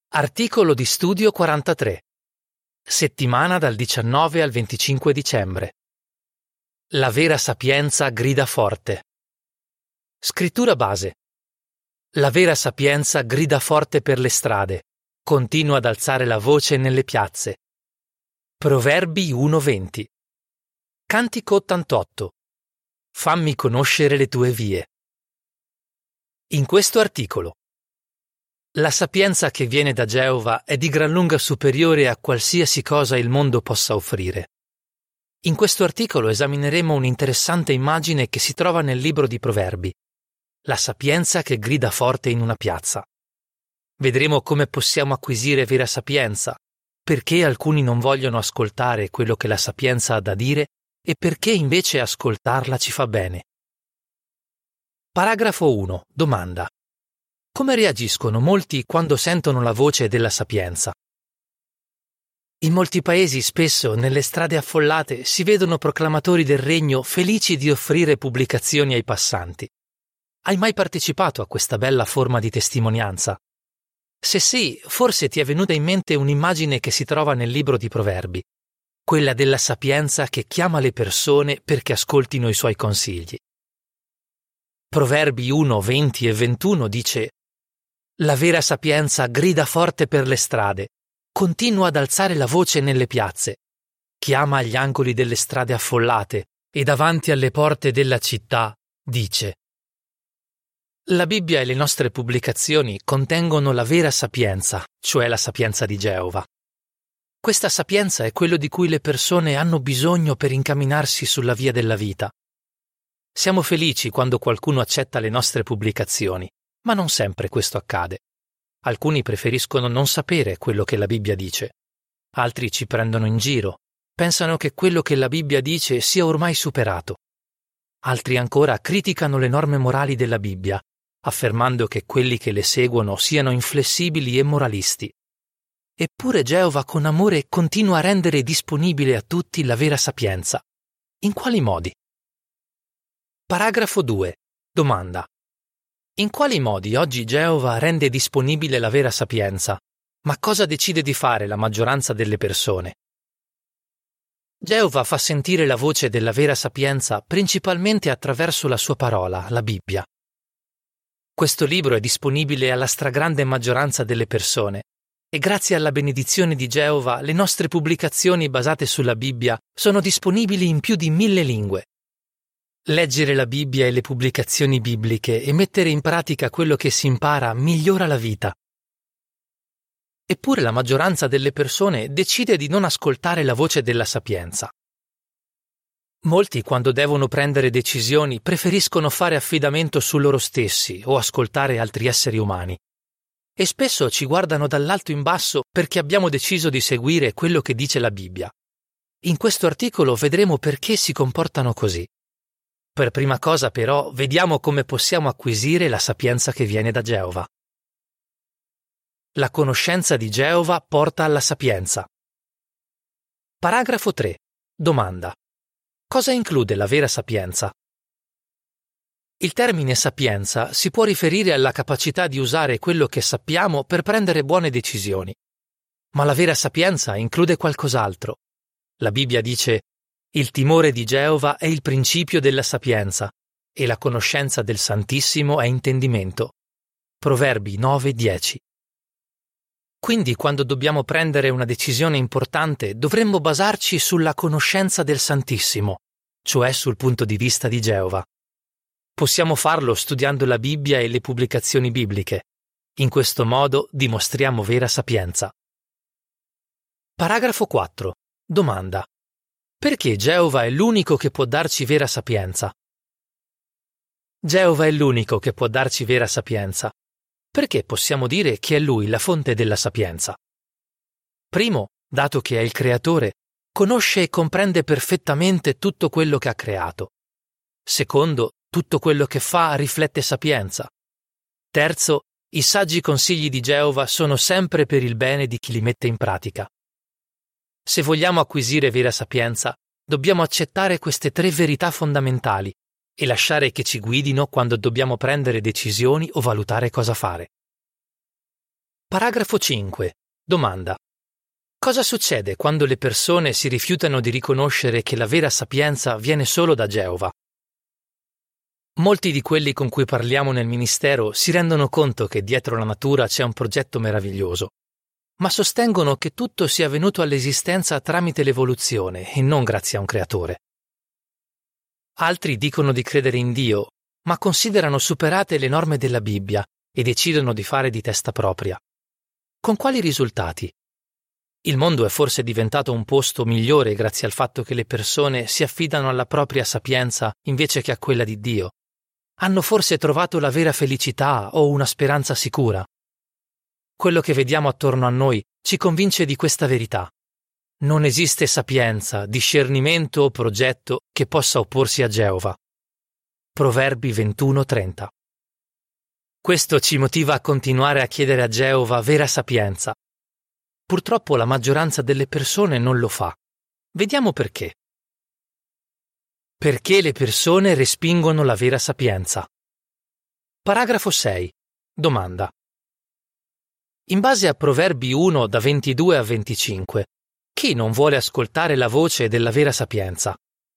Articolo di studio 43. Settimana dal 19 al 25 dicembre. La vera sapienza grida forte. Scrittura base. La vera sapienza grida forte per le strade, continua ad alzare la voce nelle piazze. Proverbi 1:20. Cantico 88. Fammi conoscere le tue vie. In questo articolo. La sapienza che viene da Geova è di gran lunga superiore a qualsiasi cosa il mondo possa offrire. In questo articolo esamineremo un'interessante immagine che si trova nel libro di Proverbi, la sapienza che grida forte in una piazza. Vedremo come possiamo acquisire vera sapienza, perché alcuni non vogliono ascoltare quello che la sapienza ha da dire e perché invece ascoltarla ci fa bene. Paragrafo 1. Domanda. Come reagiscono molti quando sentono la voce della sapienza? In molti paesi spesso nelle strade affollate si vedono proclamatori del regno felici di offrire pubblicazioni ai passanti. Hai mai partecipato a questa bella forma di testimonianza? Se sì, forse ti è venuta in mente un'immagine che si trova nel libro di Proverbi, quella della sapienza che chiama le persone perché ascoltino i suoi consigli. Proverbi 1, 20 e 21 dice: La vera sapienza grida forte per le strade, continua ad alzare la voce nelle piazze, chiama agli angoli delle strade affollate e davanti alle porte della città, dice. La Bibbia e le nostre pubblicazioni contengono la vera sapienza, cioè la sapienza di Geova. Questa sapienza è quello di cui le persone hanno bisogno per incamminarsi sulla via della vita. Siamo felici quando qualcuno accetta le nostre pubblicazioni, ma non sempre questo accade. Alcuni preferiscono non sapere quello che la Bibbia dice. Altri ci prendono in giro, pensano che quello che la Bibbia dice sia ormai superato. Altri ancora criticano le norme morali della Bibbia, affermando che quelli che le seguono siano inflessibili e moralisti. Eppure Geova con amore continua a rendere disponibile a tutti la vera sapienza. In quali modi? Paragrafo 2. Domanda. In quali modi oggi Geova rende disponibile la vera sapienza? Ma cosa decide di fare la maggioranza delle persone? Geova fa sentire la voce della vera sapienza principalmente attraverso la sua parola, la Bibbia. Questo libro è disponibile alla stragrande maggioranza delle persone e grazie alla benedizione di Geova le nostre pubblicazioni basate sulla Bibbia sono disponibili in più di 1000 lingue. Leggere la Bibbia e le pubblicazioni bibliche e mettere in pratica quello che si impara migliora la vita. Eppure la maggioranza delle persone decide di non ascoltare la voce della sapienza. Molti, quando devono prendere decisioni, preferiscono fare affidamento su loro stessi o ascoltare altri esseri umani. E spesso ci guardano dall'alto in basso perché abbiamo deciso di seguire quello che dice la Bibbia. In questo articolo vedremo perché si comportano così. Per prima cosa, però, vediamo come possiamo acquisire la sapienza che viene da Geova. La conoscenza di Geova porta alla sapienza. Paragrafo 3. Domanda. Cosa include la vera sapienza? Il termine sapienza si può riferire alla capacità di usare quello che sappiamo per prendere buone decisioni. Ma la vera sapienza include qualcos'altro. La Bibbia dice: Il timore di Geova è il principio della sapienza, e la conoscenza del Santissimo è intendimento. Proverbi 9:10. Quindi, quando dobbiamo prendere una decisione importante, dovremmo basarci sulla conoscenza del Santissimo, cioè sul punto di vista di Geova. Possiamo farlo studiando la Bibbia e le pubblicazioni bibliche. In questo modo dimostriamo vera sapienza. Paragrafo 4. Domanda. Perché Geova è l'unico che può darci vera sapienza? Geova è l'unico che può darci vera sapienza. Perché possiamo dire che è Lui la fonte della sapienza? Primo, dato che è il Creatore, conosce e comprende perfettamente tutto quello che ha creato. Secondo, tutto quello che fa riflette sapienza. Terzo, i saggi consigli di Geova sono sempre per il bene di chi li mette in pratica. Se vogliamo acquisire vera sapienza, dobbiamo accettare queste 3 verità fondamentali e lasciare che ci guidino quando dobbiamo prendere decisioni o valutare cosa fare. Paragrafo 5. Domanda. Cosa succede quando le persone si rifiutano di riconoscere che la vera sapienza viene solo da Geova? Molti di quelli con cui parliamo nel ministero si rendono conto che dietro la natura c'è un progetto meraviglioso, ma sostengono che tutto sia venuto all'esistenza tramite l'evoluzione e non grazie a un creatore. Altri dicono di credere in Dio, ma considerano superate le norme della Bibbia e decidono di fare di testa propria. Con quali risultati? Il mondo è forse diventato un posto migliore grazie al fatto che le persone si affidano alla propria sapienza invece che a quella di Dio. Hanno forse trovato la vera felicità o una speranza sicura? Quello che vediamo attorno a noi ci convince di questa verità. Non esiste sapienza, discernimento o progetto che possa opporsi a Geova. Proverbi 21:30. Questo ci motiva a continuare a chiedere a Geova vera sapienza. Purtroppo la maggioranza delle persone non lo fa. Vediamo perché. Perché le persone respingono la vera sapienza. Paragrafo 6. Domanda. In base a Proverbi 1 da 22 a 25, chi non vuole ascoltare la voce della vera sapienza?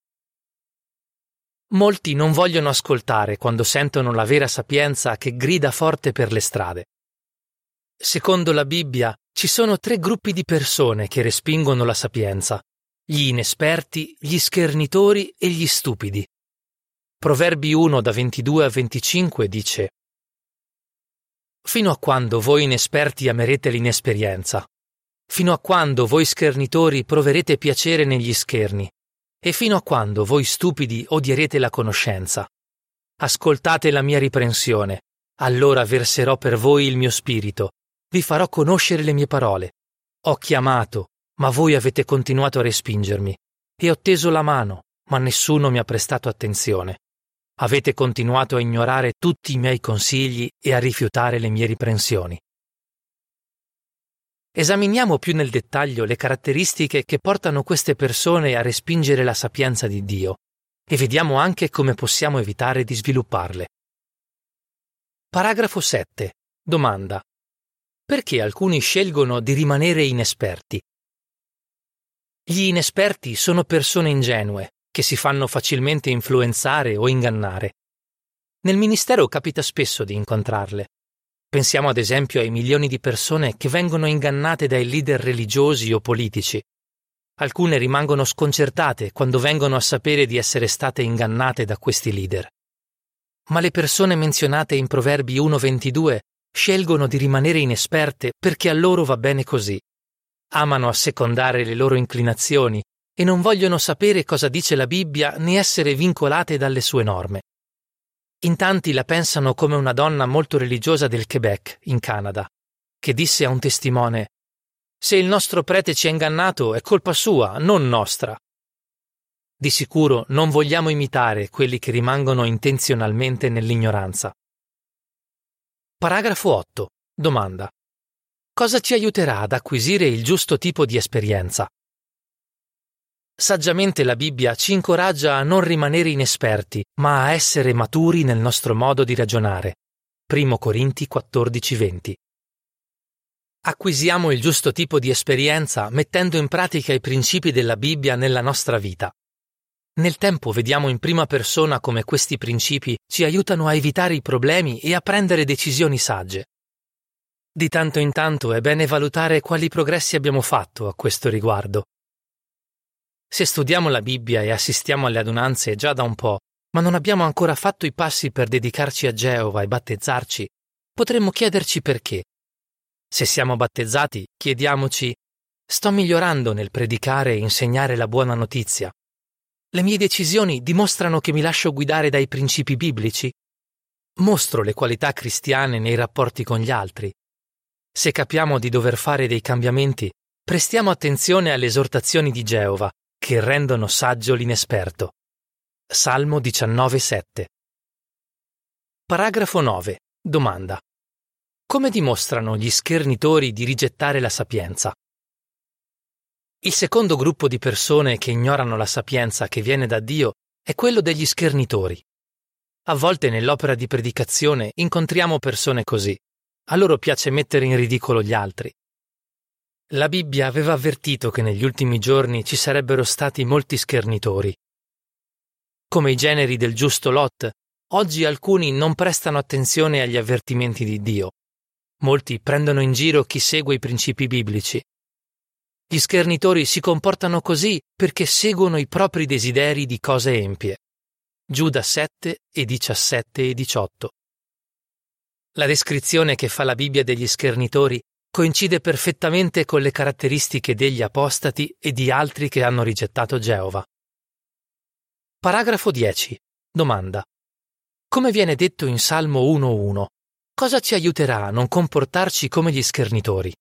Molti non vogliono ascoltare quando sentono la vera sapienza che grida forte per le strade. Secondo la Bibbia, ci sono 3 gruppi di persone che respingono la sapienza: gli inesperti, gli schernitori e gli stupidi. Proverbi 1 da 22 a 25 dice: Fino a quando voi inesperti amerete l'inesperienza? Fino a quando voi schernitori proverete piacere negli scherni? E fino a quando voi stupidi odierete la conoscenza? Ascoltate la mia riprensione, allora verserò per voi il mio spirito, vi farò conoscere le mie parole. Ho chiamato, ma voi avete continuato a respingermi, e ho teso la mano, ma nessuno mi ha prestato attenzione. Avete continuato a ignorare tutti i miei consigli e a rifiutare le mie riprensioni. Esaminiamo più nel dettaglio le caratteristiche che portano queste persone a respingere la sapienza di Dio e vediamo anche come possiamo evitare di svilupparle. Paragrafo 7. Domanda. Perché alcuni scelgono di rimanere inesperti? Gli inesperti sono persone ingenue, che si fanno facilmente influenzare o ingannare. Nel ministero capita spesso di incontrarle. Pensiamo ad esempio ai milioni di persone che vengono ingannate dai leader religiosi o politici. Alcune rimangono sconcertate quando vengono a sapere di essere state ingannate da questi leader. Ma le persone menzionate in Proverbi 1:22 scelgono di rimanere inesperte perché a loro va bene così. Amano assecondare le loro inclinazioni e non vogliono sapere cosa dice la Bibbia né essere vincolate dalle sue norme. In tanti la pensano come una donna molto religiosa del Quebec, in Canada, che disse a un testimone: «Se il nostro prete ci ha ingannato è colpa sua, non nostra». Di sicuro non vogliamo imitare quelli che rimangono intenzionalmente nell'ignoranza. Paragrafo 8. Domanda. Cosa ci aiuterà ad acquisire il giusto tipo di esperienza? Saggiamente la Bibbia ci incoraggia a non rimanere inesperti, ma a essere maturi nel nostro modo di ragionare. 1 Corinti 14:20. Acquisiamo il giusto tipo di esperienza mettendo in pratica i principi della Bibbia nella nostra vita. Nel tempo vediamo in prima persona come questi principi ci aiutano a evitare i problemi e a prendere decisioni sagge. Di tanto in tanto è bene valutare quali progressi abbiamo fatto a questo riguardo. Se studiamo la Bibbia e assistiamo alle adunanze già da un po', ma non abbiamo ancora fatto i passi per dedicarci a Geova e battezzarci, potremmo chiederci perché. Se siamo battezzati, chiediamoci: sto migliorando nel predicare e insegnare la buona notizia? Le mie decisioni dimostrano che mi lascio guidare dai principi biblici? Mostro le qualità cristiane nei rapporti con gli altri? Se capiamo di dover fare dei cambiamenti, prestiamo attenzione alle esortazioni di Geova, che rendono saggio l'inesperto. Salmo 19:7. Paragrafo 9. Domanda. Come dimostrano gli schernitori di rigettare la sapienza? Il secondo gruppo di persone che ignorano la sapienza che viene da Dio è quello degli schernitori. A volte nell'opera di predicazione incontriamo persone così. a loro piace mettere in ridicolo gli altri. La Bibbia aveva avvertito che negli ultimi giorni ci sarebbero stati molti schernitori. Come i generi del giusto Lot, oggi alcuni non prestano attenzione agli avvertimenti di Dio. Molti prendono in giro chi segue i principi biblici. Gli schernitori si comportano così perché seguono i propri desideri di cose empie. Giuda 7 e 17 e 18. La descrizione che fa la Bibbia degli schernitori coincide perfettamente con le caratteristiche degli apostati e di altri che hanno rigettato Geova. Paragrafo 10. Domanda. Come viene detto in Salmo 1:1, cosa ci aiuterà a non comportarci come gli schernitori?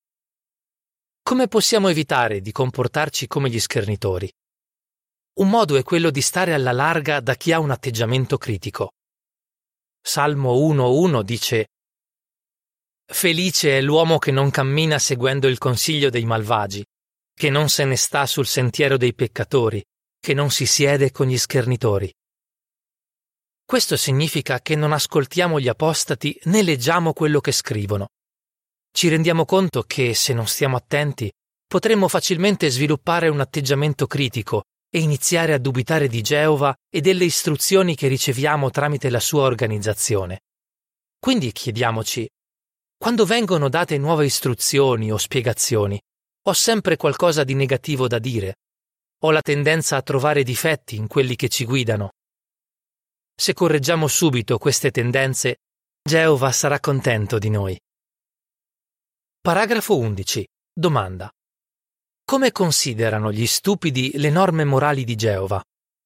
Come possiamo evitare di comportarci come gli schernitori? Un modo è quello di stare alla larga da chi ha un atteggiamento critico. Salmo 1:1 dice: Felice è l'uomo che non cammina seguendo il consiglio dei malvagi, che non se ne sta sul sentiero dei peccatori, che non si siede con gli schernitori. Questo significa che non ascoltiamo gli apostati né leggiamo quello che scrivono. Ci rendiamo conto che, se non stiamo attenti, potremmo facilmente sviluppare un atteggiamento critico e iniziare a dubitare di Geova e delle istruzioni che riceviamo tramite la sua organizzazione. Quindi chiediamoci: quando vengono date nuove istruzioni o spiegazioni, ho sempre qualcosa di negativo da dire? Ho la tendenza a trovare difetti in quelli che ci guidano? Se correggiamo subito queste tendenze, Geova sarà contento di noi. Paragrafo 11. Domanda. Come considerano gli stupidi le norme morali di Geova?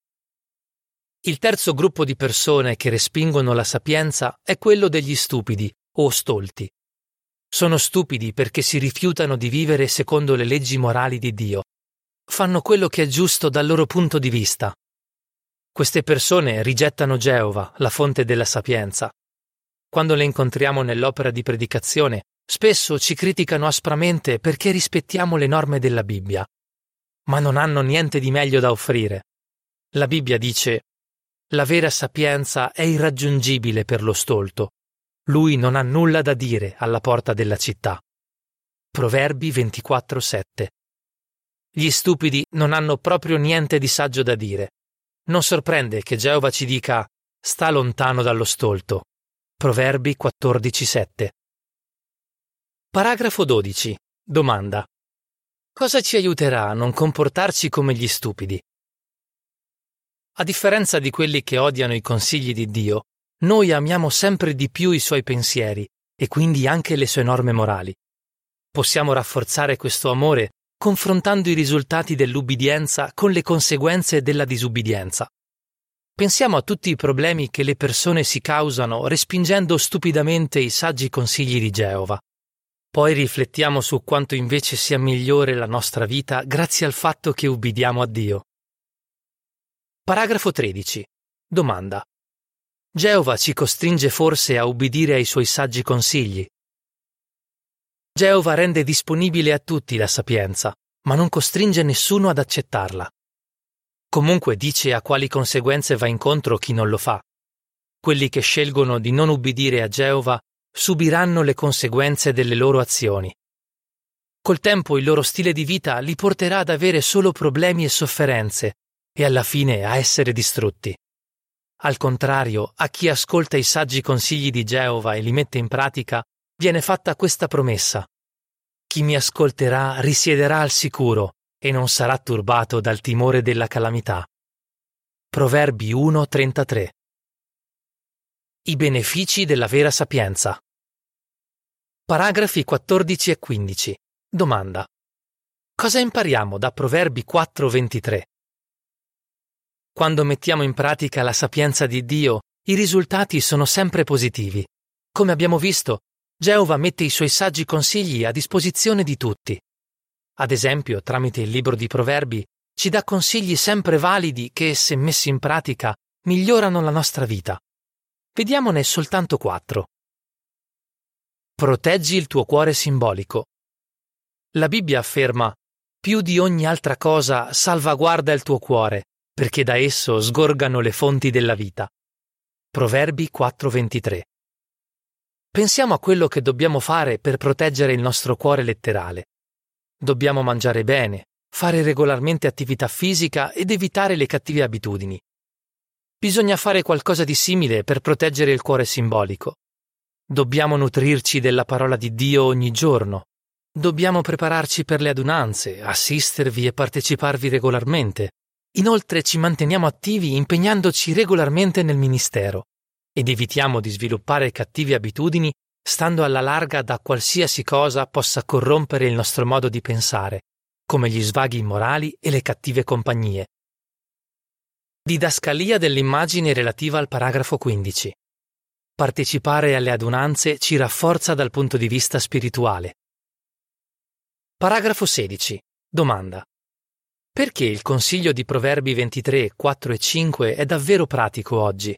Il terzo gruppo di persone che respingono la sapienza è quello degli stupidi o stolti. Sono stupidi perché si rifiutano di vivere secondo le leggi morali di Dio. Fanno quello che è giusto dal loro punto di vista. Queste persone rigettano Geova, la fonte della sapienza. Quando le incontriamo nell'opera di predicazione, spesso ci criticano aspramente perché rispettiamo le norme della Bibbia. Ma non hanno niente di meglio da offrire. La Bibbia dice: la vera sapienza è irraggiungibile per lo stolto. Lui non ha nulla da dire alla porta della città. Proverbi 24:7. Gli stupidi non hanno proprio niente di saggio da dire. Non sorprende che Geova ci dica: sta lontano dallo stolto. Proverbi 14:7. Paragrafo 12. Domanda. Cosa ci aiuterà a non comportarci come gli stupidi? A differenza di quelli che odiano i consigli di Dio, noi amiamo sempre di più i suoi pensieri e quindi anche le sue norme morali. Possiamo rafforzare questo amore confrontando i risultati dell'ubbidienza con le conseguenze della disubbidienza. Pensiamo a tutti i problemi che le persone si causano respingendo stupidamente i saggi consigli di Geova. Poi riflettiamo su quanto invece sia migliore la nostra vita grazie al fatto che ubbidiamo a Dio. Paragrafo 13. Domanda. Geova ci costringe forse a ubbidire ai suoi saggi consigli? Geova rende disponibile a tutti la sapienza, ma non costringe nessuno ad accettarla. Comunque dice a quali conseguenze va incontro chi non lo fa. Quelli che scelgono di non ubbidire a Geova subiranno le conseguenze delle loro azioni. Col tempo il loro stile di vita li porterà ad avere solo problemi e sofferenze e alla fine a essere distrutti. Al contrario, a chi ascolta i saggi consigli di Geova e li mette in pratica, viene fatta questa promessa: chi mi ascolterà risiederà al sicuro e non sarà turbato dal timore della calamità. Proverbi 1:33. I benefici della vera sapienza. Paragrafi 14 e 15. Domanda. Cosa impariamo da Proverbi 4:23? Quando mettiamo in pratica la sapienza di Dio, i risultati sono sempre positivi. Come abbiamo visto, Geova mette i suoi saggi consigli a disposizione di tutti. Ad esempio, tramite il libro di Proverbi, ci dà consigli sempre validi che, se messi in pratica, migliorano la nostra vita. Vediamone soltanto 4. Proteggi il tuo cuore simbolico. La Bibbia afferma: più di ogni altra cosa salvaguarda il tuo cuore, perché da esso sgorgano le fonti della vita. Proverbi 4:23. Pensiamo a quello che dobbiamo fare per proteggere il nostro cuore letterale. Dobbiamo mangiare bene, fare regolarmente attività fisica ed evitare le cattive abitudini. Bisogna fare qualcosa di simile per proteggere il cuore simbolico. Dobbiamo nutrirci della parola di Dio ogni giorno. Dobbiamo prepararci per le adunanze, assistervi e parteciparvi regolarmente. Inoltre ci manteniamo attivi impegnandoci regolarmente nel ministero ed evitiamo di sviluppare cattive abitudini stando alla larga da qualsiasi cosa possa corrompere il nostro modo di pensare, come gli svaghi immorali e le cattive compagnie. Didascalia dell'immagine relativa al paragrafo 15. Partecipare alle adunanze ci rafforza dal punto di vista spirituale. Paragrafo 16. Domanda. Perché il consiglio di Proverbi 23, 4 e 5 è davvero pratico oggi?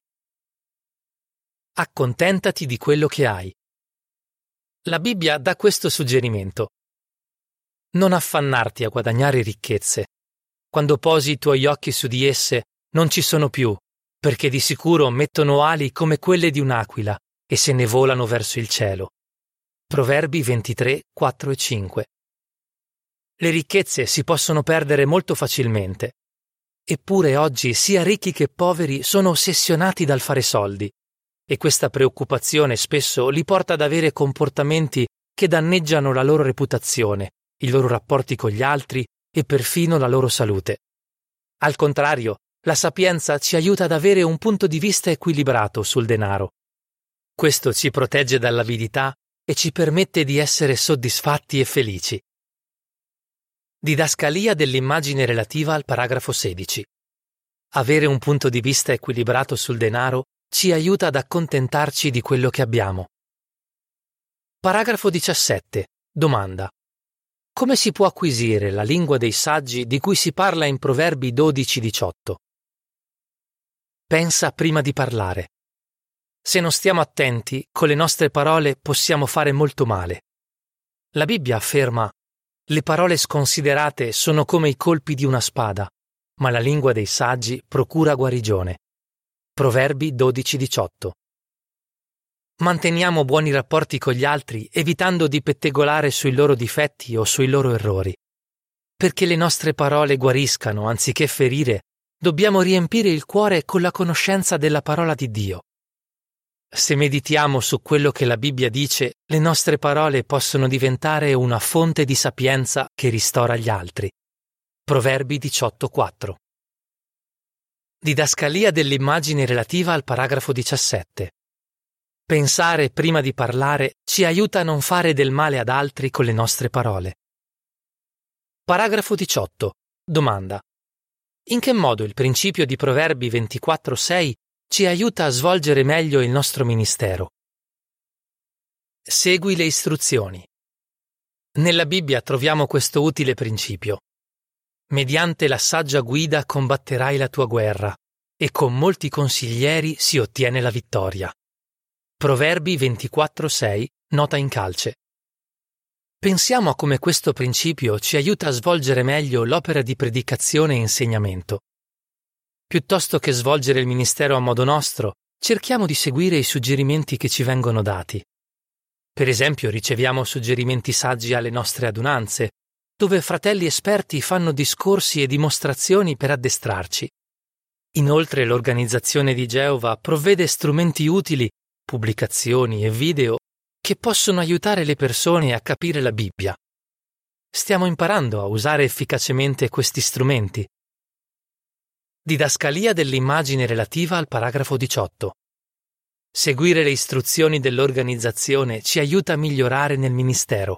Accontentati di quello che hai. La Bibbia dà questo suggerimento. Non affannarti a guadagnare ricchezze. Quando posi i tuoi occhi su di esse, non ci sono più, perché di sicuro mettono ali come quelle di un'aquila e se ne volano verso il cielo. Proverbi 23, 4 e 5. Le ricchezze si possono perdere molto facilmente. Eppure oggi sia ricchi che poveri sono ossessionati dal fare soldi, e questa preoccupazione spesso li porta ad avere comportamenti che danneggiano la loro reputazione, i loro rapporti con gli altri e perfino la loro salute. Al contrario, la sapienza ci aiuta ad avere un punto di vista equilibrato sul denaro. Questo ci protegge dall'avidità e ci permette di essere soddisfatti e felici. Didascalia dell'immagine relativa al paragrafo 16. Avere un punto di vista equilibrato sul denaro ci aiuta ad accontentarci di quello che abbiamo. Paragrafo 17. Domanda. Come si può acquisire la lingua dei saggi di cui si parla in Proverbi 12-18? Pensa prima di parlare. Se non stiamo attenti, con le nostre parole possiamo fare molto male. La Bibbia afferma: le parole sconsiderate sono come i colpi di una spada, ma la lingua dei saggi procura guarigione. Proverbi 12-18. Manteniamo buoni rapporti con gli altri, evitando di pettegolare sui loro difetti o sui loro errori. Perché le nostre parole guariscano anziché ferire, dobbiamo riempire il cuore con la conoscenza della parola di Dio. Se meditiamo su quello che la Bibbia dice, le nostre parole possono diventare una fonte di sapienza che ristora gli altri. Proverbi 18:4. Didascalia dell'immagine relativa al paragrafo 17. Pensare prima di parlare ci aiuta a non fare del male ad altri con le nostre parole. Paragrafo 18. Domanda. In che modo il principio di Proverbi 24:6 ci aiuta a svolgere meglio il nostro ministero? Segui le istruzioni. Nella Bibbia troviamo questo utile principio. Mediante la saggia guida combatterai la tua guerra, e con molti consiglieri si ottiene la vittoria. Proverbi 24:6, nota in calce. Pensiamo a come questo principio ci aiuta a svolgere meglio l'opera di predicazione e insegnamento. Piuttosto che svolgere il ministero a modo nostro, cerchiamo di seguire i suggerimenti che ci vengono dati. Per esempio, riceviamo suggerimenti saggi alle nostre adunanze, dove fratelli esperti fanno discorsi e dimostrazioni per addestrarci. Inoltre, l'Organizzazione di Geova provvede strumenti utili, pubblicazioni e video che possono aiutare le persone a capire la Bibbia. Stiamo imparando a usare efficacemente questi strumenti. Didascalia dell'immagine relativa al paragrafo 18. Seguire le istruzioni dell'organizzazione ci aiuta a migliorare nel ministero.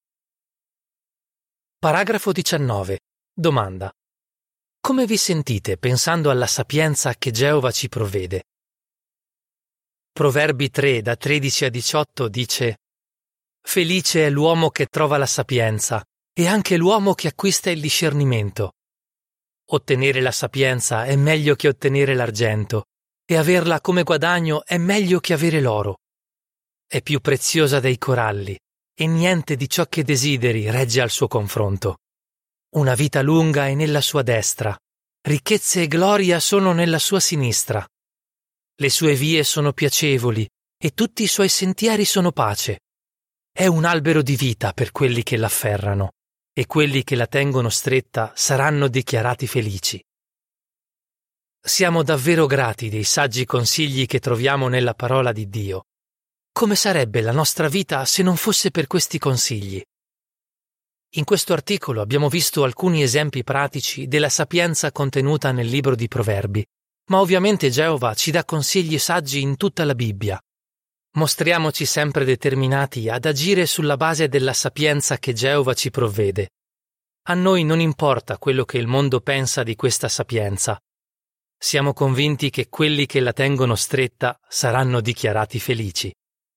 Paragrafo 19. Domanda. Come vi sentite pensando alla sapienza che Geova ci provvede? Proverbi 3, da 13 a 18 dice: Felice è l'uomo che trova la sapienza, e anche l'uomo che acquista il discernimento. Ottenere la sapienza è meglio che ottenere l'argento, e averla come guadagno è meglio che avere l'oro. È più preziosa dei coralli, e niente di ciò che desideri regge al suo confronto. Una vita lunga è nella sua destra, ricchezze e gloria sono nella sua sinistra. Le sue vie sono piacevoli, e tutti i suoi sentieri sono pace. È un albero di vita per quelli che l'afferrano, e quelli che la tengono stretta saranno dichiarati felici. Siamo davvero grati dei saggi consigli che troviamo nella parola di Dio. Come sarebbe la nostra vita se non fosse per questi consigli? In questo articolo abbiamo visto alcuni esempi pratici della sapienza contenuta nel libro di Proverbi, ma ovviamente Geova ci dà consigli saggi in tutta la Bibbia. Mostriamoci sempre determinati ad agire sulla base della sapienza che Geova ci provvede. A noi non importa quello che il mondo pensa di questa sapienza. Siamo convinti che quelli che la tengono stretta saranno dichiarati felici.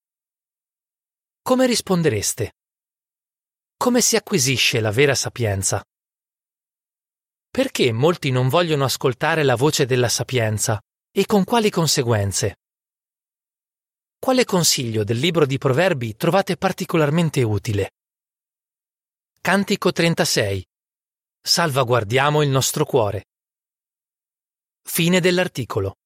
Come rispondereste? Come si acquisisce la vera sapienza? Perché molti non vogliono ascoltare la voce della sapienza e con quali conseguenze? Quale consiglio del libro di Proverbi trovate particolarmente utile? Cantico 36. Salvaguardiamo il nostro cuore. Fine dell'articolo.